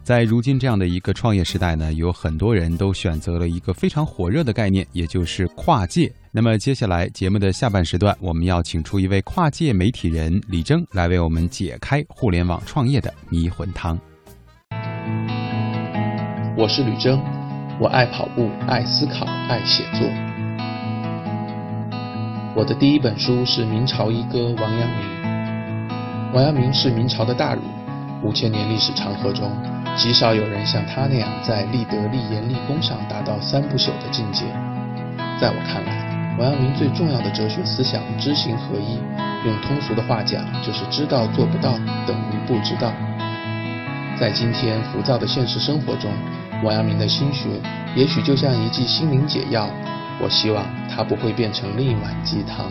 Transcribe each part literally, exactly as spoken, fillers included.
在如今这样的一个创业时代呢，有很多人都选择了一个非常火热的概念，也就是跨界。那么接下来节目的下半时段，我们要请出一位跨界媒体人李征来为我们解开互联网创业的迷魂汤。 我是吕征，我爱跑步，爱思考，爱写作。我的第一本书是明朝一哥王阳明。王阳明是明朝的大儒，五千年历史长河中，极少有人像他那样在立德、立言、立功上达到三不朽的境界。在我看来，王阳明最重要的哲学思想知行合一，用通俗的话讲，就是知道做不到等于不知道。在今天浮躁的现实生活中，王阳明的心学也许就像一剂心灵解药，我希望它不会变成另一碗鸡汤。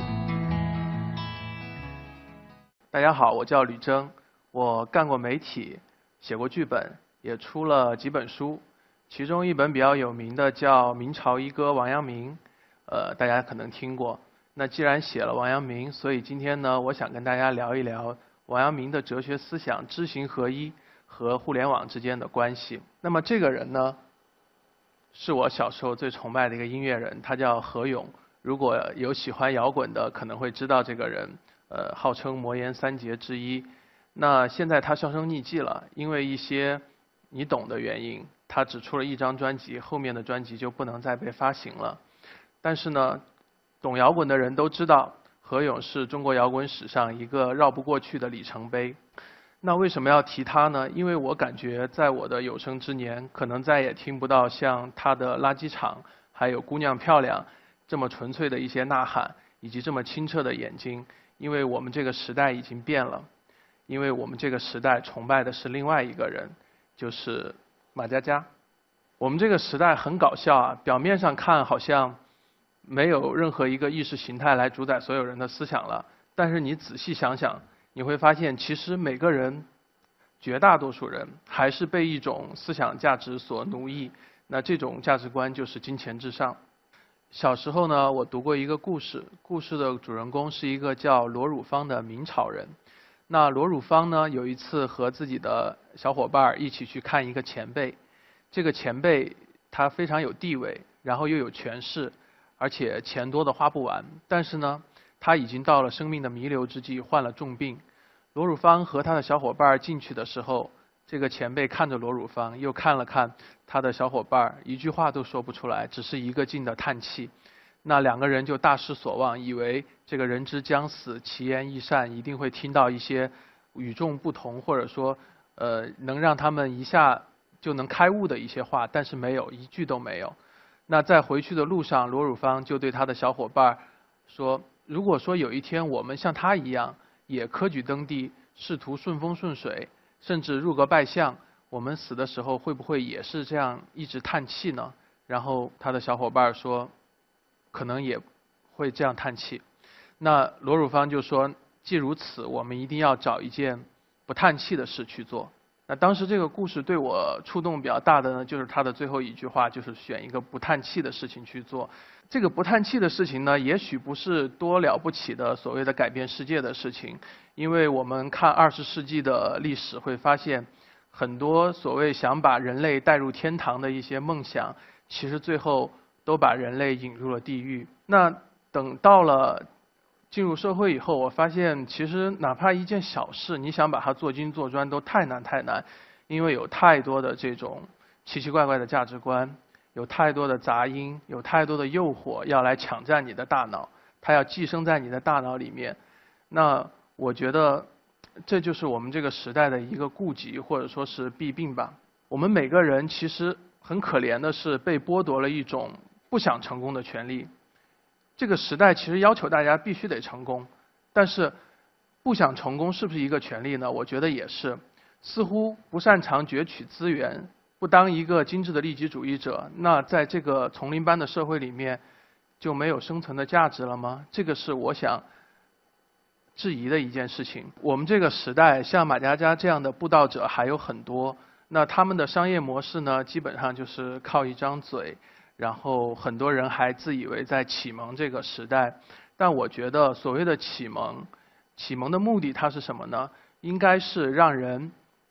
大家好，我叫吕征，我干过媒体，写过剧本，也出了几本书，其中一本比较有名的叫《明朝一哥王阳明》，呃，大家可能听过。那既然写了王阳明，所以今天呢，我想跟大家聊一聊王阳明的哲学思想知行合一和互联网之间的关系。那么这个人呢，是我小时候最崇拜的一个音乐人，他叫何勇。如果有喜欢摇滚的，可能会知道这个人，呃，号称魔岩三杰之一。那现在他销声匿迹了，因为一些你懂的原因，他只出了一张专辑，后面的专辑就不能再被发行了。但是呢，懂摇滚的人都知道，何勇是中国摇滚史上一个绕不过去的里程碑。那为什么要提他呢？因为我感觉在我的有生之年，可能再也听不到像他的《垃圾场》还有《姑娘漂亮》这么纯粹的一些呐喊，以及这么清澈的眼睛。因为我们这个时代已经变了，因为我们这个时代崇拜的是另外一个人，就是马家家。我们这个时代很搞笑啊，表面上看好像没有任何一个意识形态来主宰所有人的思想了，但是你仔细想想，你会发现其实每个人，绝大多数人还是被一种思想价值所奴役，那这种价值观就是金钱至上。小时候呢，我读过一个故事，故事的主人公是一个叫罗汝方的明朝人。那罗汝方呢，有一次和自己的小伙伴一起去看一个前辈，这个前辈他非常有地位，然后又有权势，而且钱多的花不完，但是呢，他已经到了生命的弥留之际，患了重病。罗汝方和他的小伙伴进去的时候，这个前辈看着罗汝方，又看了看他的小伙伴，一句话都说不出来，只是一个劲的叹气。那两个人就大失所望，以为这个人之将死，其言亦善，一定会听到一些与众不同，或者说呃能让他们一下就能开悟的一些话，但是没有，一句都没有。那在回去的路上，罗汝方就对他的小伙伴说，如果说有一天我们像他一样，也科举登第，仕途顺风顺水，甚至入阁拜相，我们死的时候会不会也是这样一直叹气呢？然后他的小伙伴说，可能也会这样叹气。那罗汝方就说，既如此，我们一定要找一件不叹气的事去做。那当时这个故事对我触动比较大的呢，就是他的最后一句话，就是选一个不叹气的事情去做。这个不叹气的事情呢，也许不是多了不起的所谓的改变世界的事情，因为我们看二十世纪的历史会发现，很多所谓想把人类带入天堂的一些梦想，其实最后都把人类引入了地狱。那等到了进入社会以后，我发现其实哪怕一件小事，你想把它做精做专都太难太难，因为有太多的这种奇奇怪怪的价值观，有太多的杂音，有太多的诱惑要来抢占你的大脑，它要寄生在你的大脑里面。那我觉得这就是我们这个时代的一个痼疾，或者说是弊病吧。我们每个人其实很可怜的是被剥夺了一种不想成功的权利。这个时代其实要求大家必须得成功，但是不想成功是不是一个权利呢？我觉得也是。似乎不擅长攫取资源，不当一个精致的利己主义者，那在这个丛林般的社会里面就没有生存的价值了吗？这个是我想质疑的一件事情。我们这个时代像马家家这样的布道者还有很多，那他们的商业模式呢，基本上就是靠一张嘴，然后很多人还自以为在启蒙这个时代。但我觉得所谓的启蒙，启蒙的目的它是什么呢？应该是让人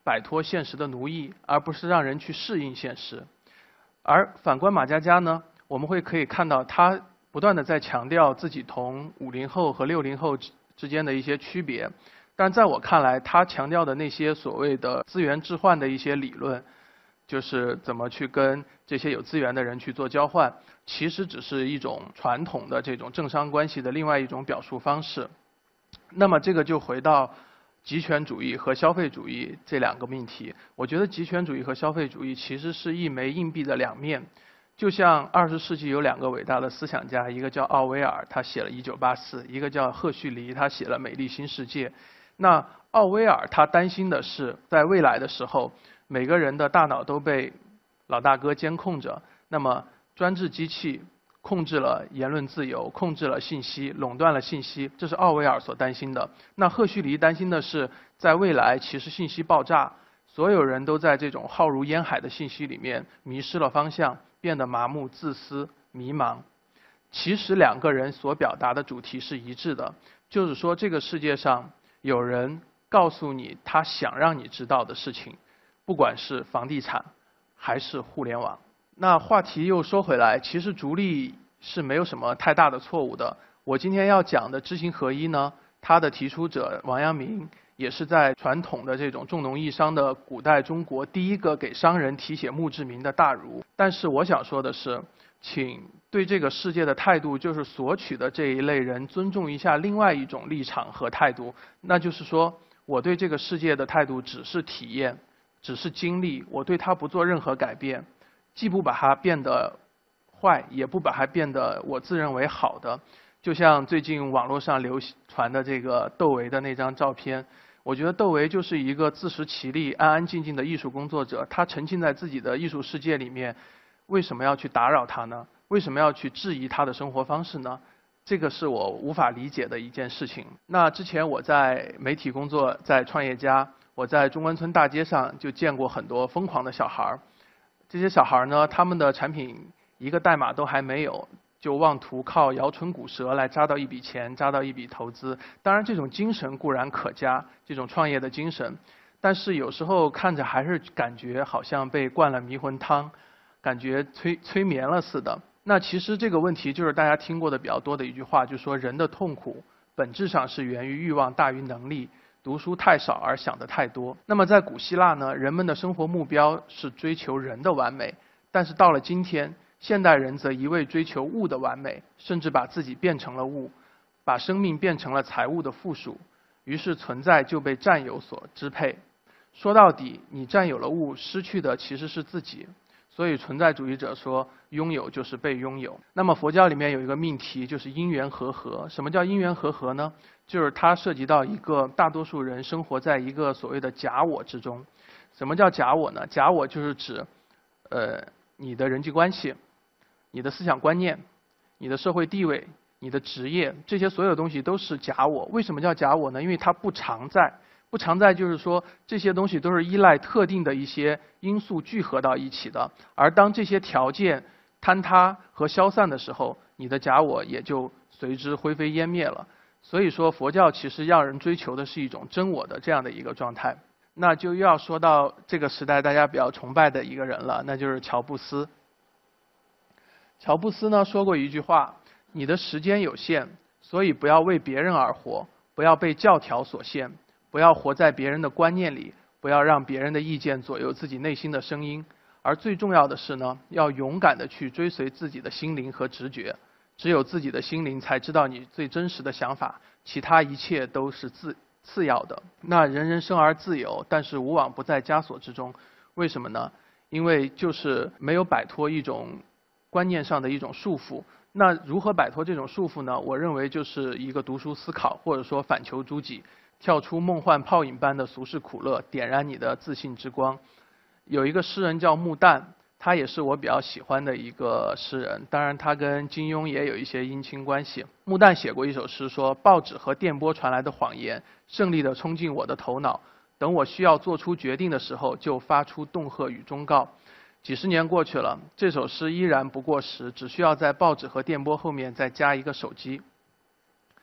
摆脱现实的奴役，而不是让人去适应现实。而反观马佳佳呢，我们会可以看到他不断的在强调自己同五零后和六零后之间的一些区别，但在我看来，他强调的那些所谓的资源置换的一些理论，就是怎么去跟这些有资源的人去做交换，其实只是一种传统的这种政商关系的另外一种表述方式。那么这个就回到极权主义和消费主义这两个命题。我觉得极权主义和消费主义其实是一枚硬币的两面。就像二十世纪有两个伟大的思想家，一个叫奥威尔，他写了一九八四，一个叫赫胥黎，他写了美丽新世界。那奥威尔他担心的是，在未来的时候，每个人的大脑都被老大哥监控着，那么专制机器控制了言论自由，控制了信息，垄断了信息，这是奥威尔所担心的。那赫胥黎担心的是，在未来其实信息爆炸，所有人都在这种浩如烟海的信息里面迷失了方向，变得麻木、自私、迷茫。其实两个人所表达的主题是一致的，就是说这个世界上有人告诉你他想让你知道的事情，不管是房地产还是互联网。那话题又说回来，其实逐利是没有什么太大的错误的。我今天要讲的知行合一呢，它的提出者王阳明也是在传统的这种重农抑商的古代中国第一个给商人题写墓志铭的大儒。但是我想说的是，请对这个世界的态度，就是索取的这一类人尊重一下另外一种立场和态度，那就是说我对这个世界的态度只是体验，只是经历，我对它不做任何改变，既不把它变得坏，也不把它变得我自认为好的。就像最近网络上流传的这个窦唯的那张照片，我觉得窦唯就是一个自食其力、安安静静的艺术工作者，他沉浸在自己的艺术世界里面，为什么要去打扰他呢？为什么要去质疑他的生活方式呢？这个是我无法理解的一件事情。那之前我在媒体工作，在创业家，我在中关村大街上就见过很多疯狂的小孩儿。这些小孩呢，他们的产品一个代码都还没有，就妄图靠摇唇鼓舌来扎到一笔钱，扎到一笔投资。当然这种精神固然可嘉，这种创业的精神，但是有时候看着还是感觉好像被灌了迷魂汤，感觉催催眠了似的。那其实这个问题就是大家听过的比较多的一句话，就是说人的痛苦本质上是源于欲望大于能力，读书太少而想得太多。那么在古希腊呢，人们的生活目标是追求人的完美，但是到了今天，现代人则一味追求物的完美，甚至把自己变成了物，把生命变成了财物的附属，于是存在就被占有所支配。说到底，你占有了物，失去的其实是自己。所以存在主义者说，拥有就是被拥有。那么佛教里面有一个命题，就是因缘和合。什么叫因缘和合呢？就是它涉及到一个大多数人生活在一个所谓的假我之中。什么叫假我呢？假我就是指，呃，你的人际关系、你的思想观念、你的社会地位、你的职业，这些所有东西都是假我。为什么叫假我呢？因为它不常在。不常在就是说，这些东西都是依赖特定的一些因素聚合到一起的，而当这些条件坍塌和消散的时候，你的假我也就随之灰飞烟灭了。所以说，佛教其实让人追求的是一种真我的这样的一个状态。那就又要说到这个时代大家比较崇拜的一个人了，那就是乔布斯。乔布斯呢说过一句话：你的时间有限，所以不要为别人而活，不要被教条所限。不要活在别人的观念里，不要让别人的意见左右自己内心的声音，而最重要的是呢，要勇敢地去追随自己的心灵和直觉。只有自己的心灵才知道你最真实的想法，其他一切都是次次要的。那人人生而自由，但是无往不在枷锁之中。为什么呢？因为就是没有摆脱一种观念上的一种束缚。那如何摆脱这种束缚呢？我认为就是一个读书思考，或者说反求诸己。跳出梦幻泡影般的俗世苦乐，点燃你的自信之光。有一个诗人叫穆旦，他也是我比较喜欢的一个诗人，当然他跟金庸也有一些姻亲关系。穆旦写过一首诗说，报纸和电波传来的谎言胜利地冲进我的头脑，等我需要做出决定的时候，就发出恫吓与忠告。几十年过去了，这首诗依然不过时，只需要在报纸和电波后面再加一个手机。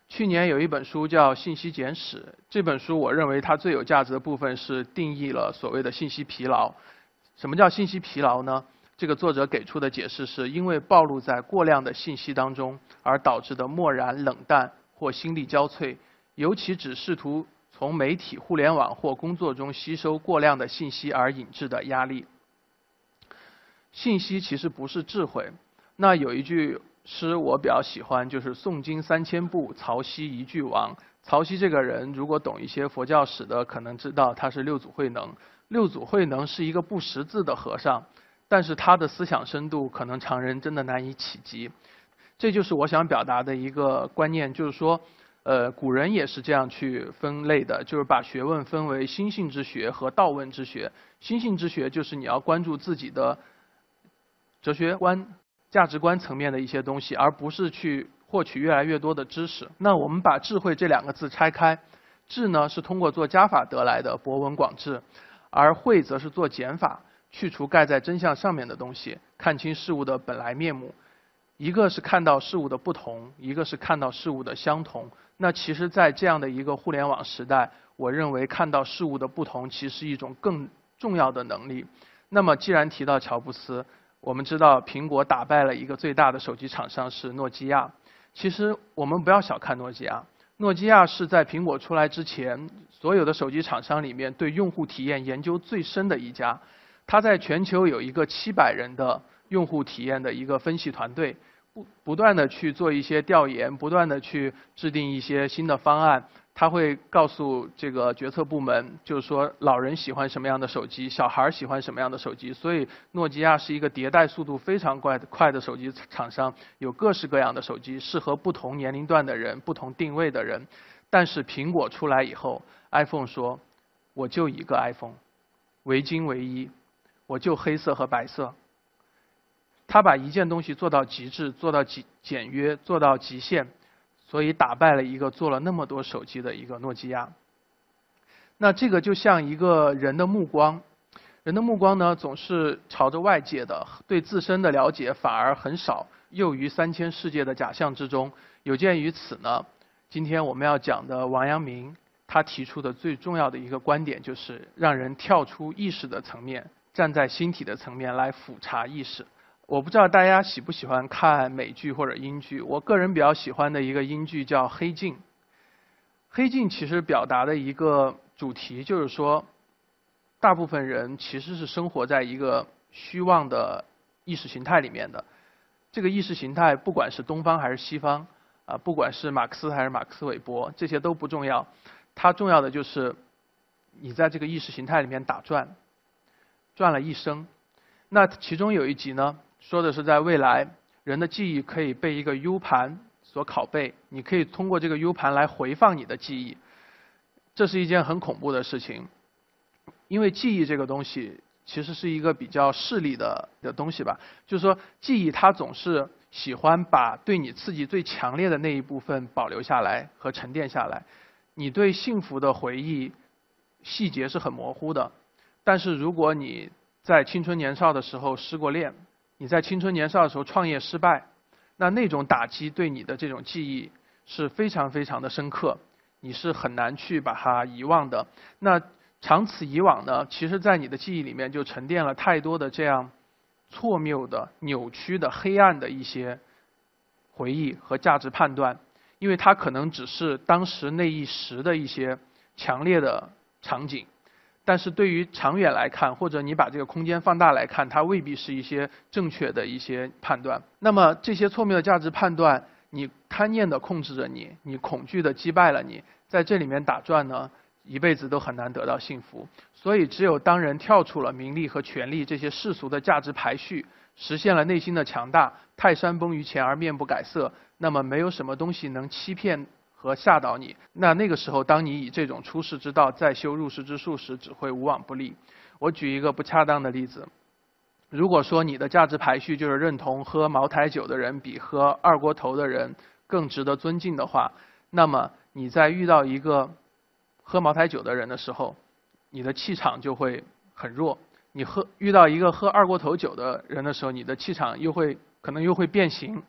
去年有一本书叫《信息简史》，这本书我认为它最有价值的部分是定义了所谓的信息疲劳。什么叫信息疲劳呢？这个作者给出的解释是因为暴露在过量的信息当中而导致的漠然、冷淡或心力交瘁，尤其只试图从媒体、互联网或工作中吸收过量的信息而引致的压力。信息其实不是智慧。那有一句诗我比较喜欢，就是诵经三千部，曹溪一句亡。曹溪这个人，如果懂一些佛教史的，可能知道他是六祖慧能。六祖慧能是一个不识字的和尚，但是他的思想深度可能常人真的难以企及。这就是我想表达的一个观念，就是说，呃，古人也是这样去分类的，就是把学问分为心性之学和道问之学。心性之学就是你要关注自己的哲学观、价值观层面的一些东西，而不是去获取越来越多的知识。那我们把智慧这两个字拆开，智呢是通过做加法得来的博闻广智，而慧则是做减法，去除盖在真相上面的东西，看清事物的本来面目。一个是看到事物的不同，一个是看到事物的相同。那其实在这样的一个互联网时代，我认为看到事物的不同其实是一种更重要的能力。那么既然提到乔布斯，我们知道苹果打败了一个最大的手机厂商是诺基亚。其实我们不要小看诺基亚，诺基亚是在苹果出来之前，所有的手机厂商里面对用户体验研究最深的一家。它在全球有一个七百人的用户体验的一个分析团队，不不断的去做一些调研，不断的去制定一些新的方案。他会告诉这个决策部门，就是说老人喜欢什么样的手机，小孩喜欢什么样的手机。所以诺基亚是一个迭代速度非常快的快的手机厂商，有各式各样的手机，适合不同年龄段的人、不同定位的人。但是苹果出来以后 ，iPhone 说，我就一个 iPhone， 唯金唯一，我就黑色和白色。他把一件东西做到极致，做到极简约，做到极限。所以打败了一个做了那么多手机的一个诺基亚。那这个就像一个人的目光，人的目光呢总是朝着外界的，对自身的了解反而很少，囿于三千世界的假象之中。有鉴于此呢，今天我们要讲的王阳明，他提出的最重要的一个观点就是让人跳出意识的层面，站在心体的层面来俯察意识。我不知道大家喜不喜欢看美剧或者英剧，我个人比较喜欢的一个英剧叫《黑镜》。《黑镜》其实表达的一个主题就是说，大部分人其实是生活在一个虚妄的意识形态里面的。这个意识形态不管是东方还是西方，啊，不管是马克思还是马克思韦伯，这些都不重要。它重要的就是你在这个意识形态里面打转，转了一生。那其中有一集呢，说的是在未来，人的记忆可以被一个 U 盘所拷贝，你可以通过这个 U 盘来回放你的记忆。这是一件很恐怖的事情，因为记忆这个东西其实是一个比较势利的的东西吧。就是说，记忆它总是喜欢把对你刺激最强烈的那一部分保留下来和沉淀下来。你对幸福的回忆细节是很模糊的，但是如果你在青春年少的时候失过恋，你在青春年少的时候创业失败，那那种打击对你的这种记忆是非常非常的深刻，你是很难去把它遗忘的。那长此以往呢，其实在你的记忆里面就沉淀了太多的这样错谬的、扭曲的、黑暗的一些回忆和价值判断，因为它可能只是当时那一时的一些强烈的场景。但是对于长远来看，或者你把这个空间放大来看，它未必是一些正确的一些判断。那么这些错谬的价值判断，你贪念的控制着你，你恐惧的击败了你，在这里面打转呢，一辈子都很难得到幸福。所以只有当人跳出了名利和权力这些世俗的价值排序，实现了内心的强大，泰山崩于前而面不改色，那么没有什么东西能欺骗和吓倒你。那那个时候，当你以这种出世之道再修入世之术时，只会无往不利。我举一个不恰当的例子，如果说你的价值排序就是认同喝茅台酒的人比喝二锅头的人更值得尊敬的话，那么你在遇到一个喝茅台酒的人的时候，你的气场就会很弱；你喝遇到一个喝二锅头酒的人的时候，你的气场又会可能又会变形。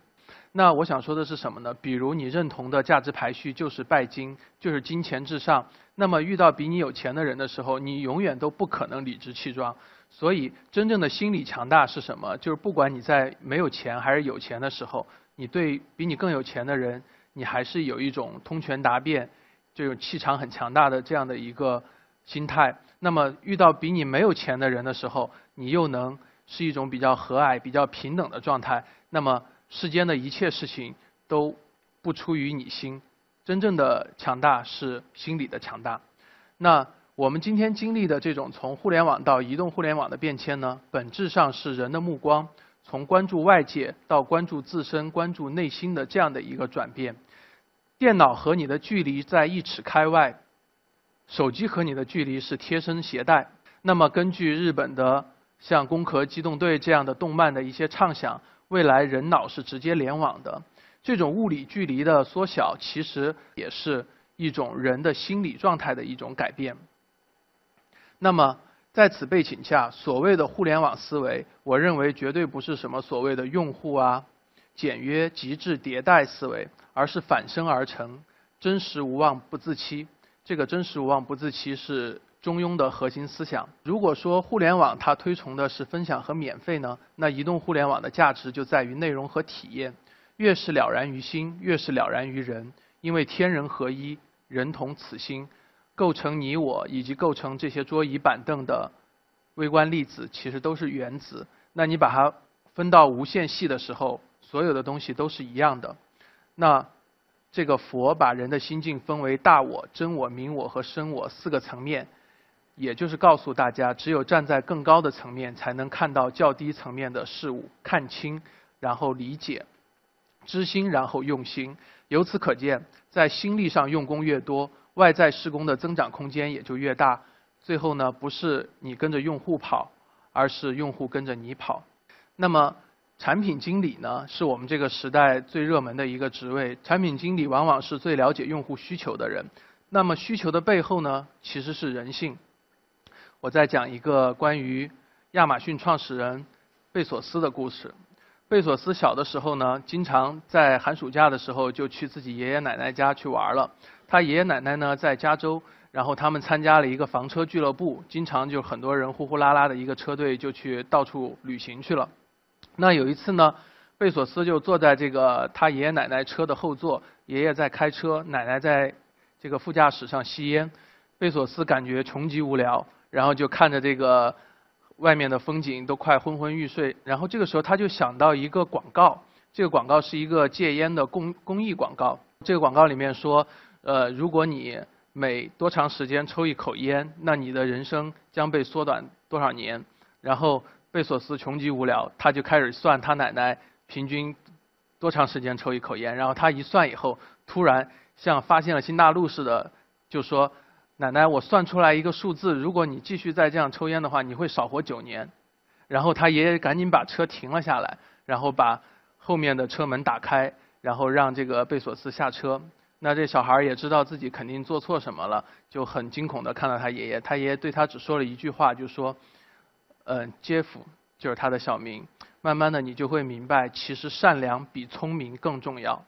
那我想说的是什么呢？比如你认同的价值排序就是拜金，就是金钱至上。那么遇到比你有钱的人的时候，你永远都不可能理直气壮。所以真正的心理强大是什么？就是不管你在没有钱还是有钱的时候，你对比你更有钱的人，你还是有一种通权达变，这种气场很强大的这样的一个心态。那么遇到比你没有钱的人的时候，你又能是一种比较和蔼、比较平等的状态。那么世间的一切事情都不出于你心，真正的强大是心理的强大。那我们今天经历的这种从互联网到移动互联网的变迁呢，本质上是人的目光从关注外界到关注自身、关注内心的这样的一个转变。电脑和你的距离在一尺开外，手机和你的距离是贴身携带。那么根据日本的像《攻壳机动队》这样的动漫的一些畅想，未来人脑是直接联网的。这种物理距离的缩小，其实也是一种人的心理状态的一种改变。那么在此背景下，所谓的互联网思维，我认为绝对不是什么所谓的用户啊、简约、极致迭代思维，而是反生而成，真实无妄不自欺。这个真实无妄不自欺是中庸的核心思想。如果说互联网它推崇的是分享和免费呢，那移动互联网的价值就在于内容和体验。越是了然于心，越是了然于人，因为天人合一，人同此心，构成你我以及构成这些桌椅板凳的微观粒子，其实都是原子。那你把它分到无限细的时候，所有的东西都是一样的。那这个佛把人的心境分为大我、真我、明我和身我四个层面，也就是告诉大家，只有站在更高的层面，才能看到较低层面的事物，看清，然后理解，知心，然后用心。由此可见，在心力上用功越多，外在施工的增长空间也就越大。最后呢，不是你跟着用户跑，而是用户跟着你跑。那么产品经理呢，是我们这个时代最热门的一个职位。产品经理往往是最了解用户需求的人。那么需求的背后呢，其实是人性。我再讲一个关于亚马逊创始人贝索斯的故事。贝索斯小的时候呢，经常在寒暑假的时候就去自己爷爷奶奶家去玩了。他爷爷奶奶呢在加州，然后他们参加了一个房车俱乐部，经常就很多人呼呼啦啦的一个车队就去到处旅行去了。那有一次呢，贝索斯就坐在这个他爷爷奶奶车的后座，爷爷在开车，奶奶在这个副驾驶上吸烟。贝索斯感觉穷极无聊，然后就看着这个外面的风景，都快昏昏欲睡。然后这个时候他就想到一个广告，这个广告是一个戒烟的公公益广告。这个广告里面说，呃，如果你每多长时间抽一口烟，那你的人生将被缩短多少年。然后贝索斯穷极无聊，他就开始算他奶奶平均多长时间抽一口烟。然后他一算以后，突然像发现了新大陆似的，就说，奶奶，我算出来一个数字，如果你继续再这样抽烟的话，你会少活九年。然后他爷爷赶紧把车停了下来，然后把后面的车门打开，然后让这个贝索斯下车。那这小孩也知道自己肯定做错什么了，就很惊恐地看到他爷爷。他爷爷对他只说了一句话，就说，嗯，杰夫，就是他的小名。慢慢的你就会明白，其实善良比聪明更重要。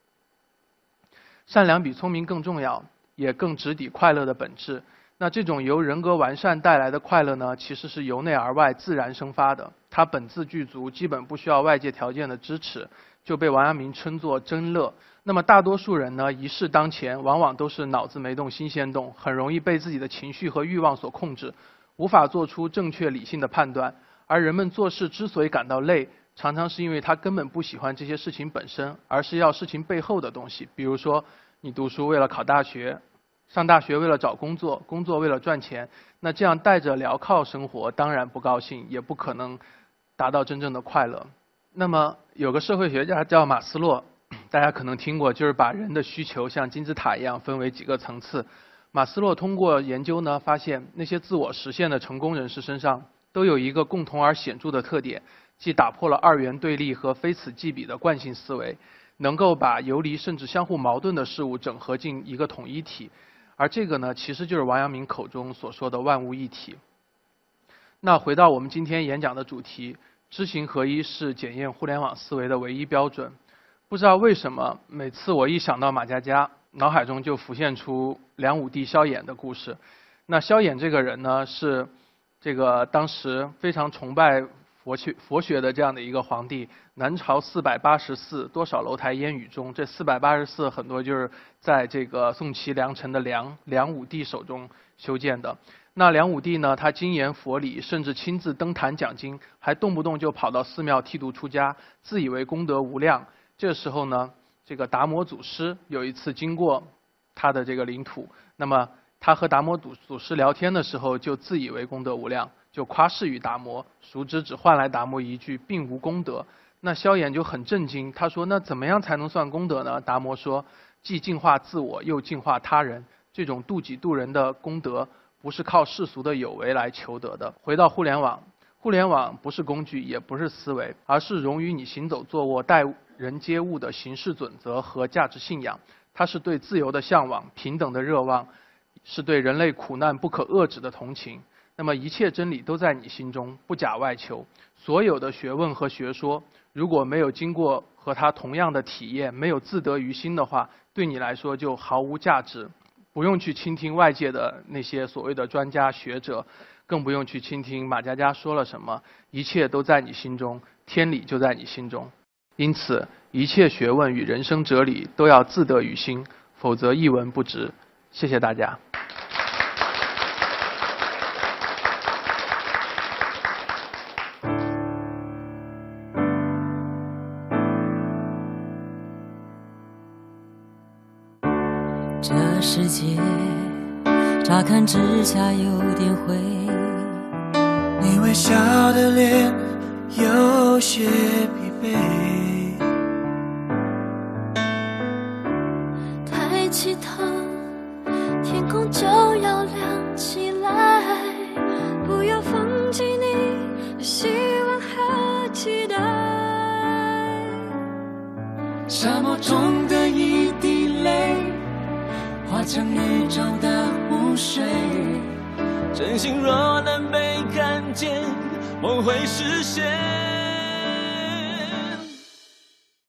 善良比聪明更重要，也更直抵快乐的本质。那这种由人格完善带来的快乐呢，其实是由内而外自然生发的，它本自具足，基本不需要外界条件的支持，就被王阳明称作真乐。那么大多数人呢，一事当前，往往都是脑子没动心先动，很容易被自己的情绪和欲望所控制，无法做出正确理性的判断。而人们做事之所以感到累，常常是因为他根本不喜欢这些事情本身，而是要事情背后的东西。比如说，你读书为了考大学，上大学为了找工作，工作为了赚钱，那这样带着镣铐生活，当然不高兴，也不可能达到真正的快乐。那么有个社会学家叫马斯洛，大家可能听过，就是把人的需求像金字塔一样分为几个层次。马斯洛通过研究呢，发现那些自我实现的成功人士身上都有一个共同而显著的特点，即打破了二元对立和非此即彼的惯性思维，能够把游离甚至相互矛盾的事物整合进一个统一体。而这个呢，其实就是王阳明口中所说的万物一体。那回到我们今天演讲的主题，知行合一是检验互联网思维的唯一标准。 不知道为什么，每次我一想到马家家，脑海中就浮现出梁武帝萧衍的故事。那萧衍这个人呢，是这个当时非常崇拜佛学佛学的这样的一个皇帝。南朝四百八十寺，多少楼台烟雨中。这四百八十寺很多就是在这个宋齐梁陈的梁梁武帝手中修建的。那梁武帝呢，他精研佛理，甚至亲自登坛讲经，还动不动就跑到寺庙剃度出家，自以为功德无量。这时候呢，这个达摩祖师有一次经过他的这个领土，那么他和达摩祖祖师聊天的时候，就自以为功德无量，就夸示于达摩，殊知只换来达摩一句并无功德。那萧衍就很震惊，他说：“那怎么样才能算功德呢？”达摩说：“既净化自我，又净化他人。这种度己度人的功德，不是靠世俗的有为来求得的。”回到互联网，互联网不是工具，也不是思维，而是融于你行走坐卧待人接物的行事准则和价值信仰。它是对自由的向往，平等的热望，是对人类苦难不可遏制的同情。那么一切真理都在你心中，不假外求。所有的学问和学说，如果没有经过和它同样的体验，没有自得于心的话，对你来说就毫无价值。不用去倾听外界的那些所谓的专家学者，更不用去倾听马家家说了什么，一切都在你心中，天理就在你心中。因此，一切学问与人生哲理都要自得于心，否则一文不值。谢谢大家。 这世界乍看之下有点灰， 你微笑的脸有些疲惫， 抬起头，天空就要亮起来，不要放弃你的希望和期待。 沙漠中的一滴泪，化成宇宙的湖水，真心若能被看见，梦会实现。